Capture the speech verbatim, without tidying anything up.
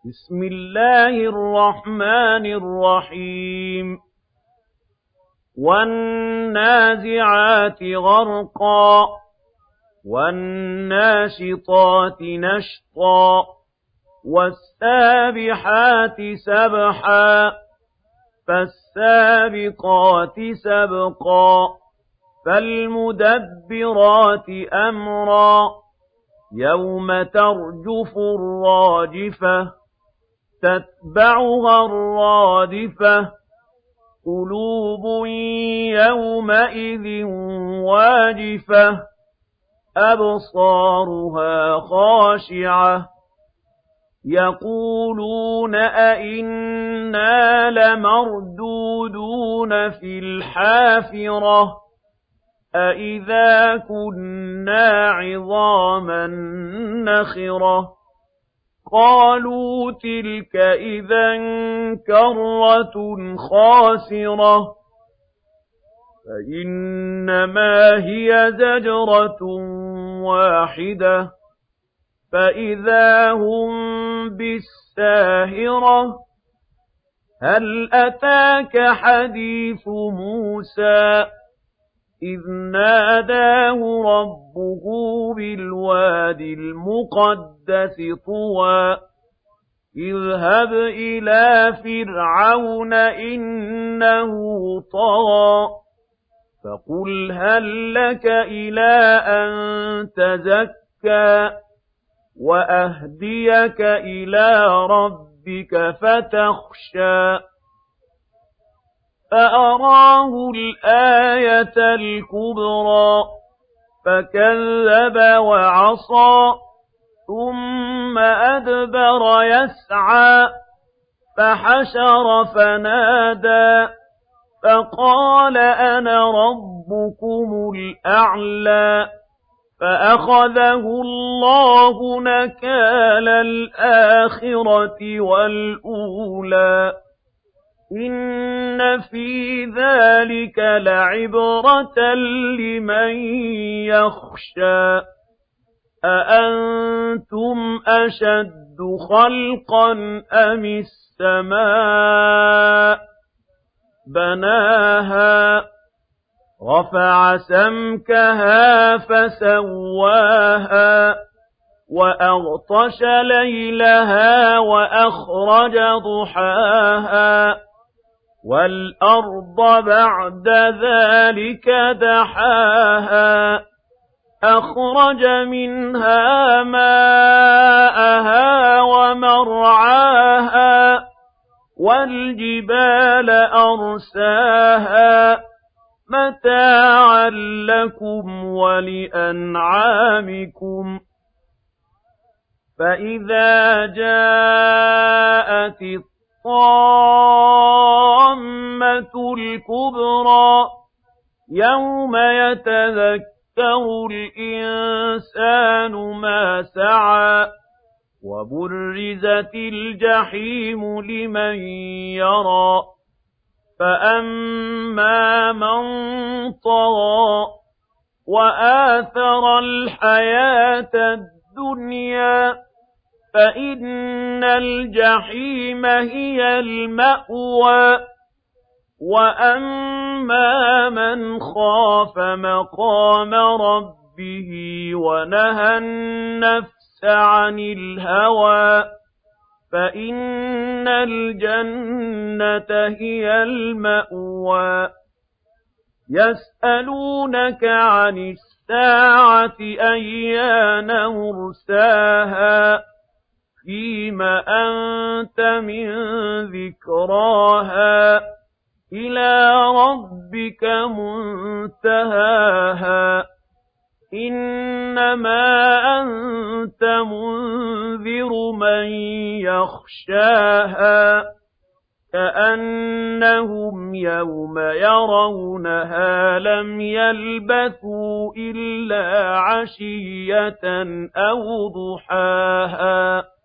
بسم الله الرحمن الرحيم والنازعات غرقا والناشطات نشطا والسابحات سبحا فالسابقات سبقا فالمدبرات أمرا يوم ترجف الراجفة تتبعها الرادفة قلوب يومئذ واجفة أبصارها خاشعة يقولون أئنا لمردودون في الحافرة أئذا كنا عظاما نخرة قالوا تلك إذا كرة خاسرة فإنما هي زجرة واحدة فإذا هم بالساهرة هل أتاك حديث موسى إذ ناداه ربه بالواد المقدس طوى اذهب إلى فرعون إنه طغى فقل هل لك إلى أن تزكى وأهديك إلى ربك فتخشى فأراه الآية الكبرى فكذب وعصى ثم أدبر يسعى فحشر فنادى فقال أنا ربكم الأعلى فأخذه الله نكال الآخرة والأولى إن في ذلك لعبرة لمن يخشى أأنتم أشد خلقا أم السماء بناها رفع سمكها فسواها وأغطش ليلها وأخرج ضحاها والأرض بعد ذلك دحاها أخرج منها ماءها ومرعاها والجبال أرساها متاعا لكم ولأنعامكم فإذا جاءت الطامة الكبرى يوم يتذكر الإنسان ما سعى وبرزت الجحيم لمن يرى فأما من طغى وآثر الحياة الدنيا فإن الجحيم هي المأوى وأما من خاف مقام ربه ونهى النفس عن الهوى فإن الجنة هي المأوى يسألونك عن الساعة أيان مرساها فيم أنت من ذكراها إلى ربك منتهاها إنما أنت منذر من يخشاها كأنهم يوم يرونها لم يلبثوا إلا عشية أو ضحاها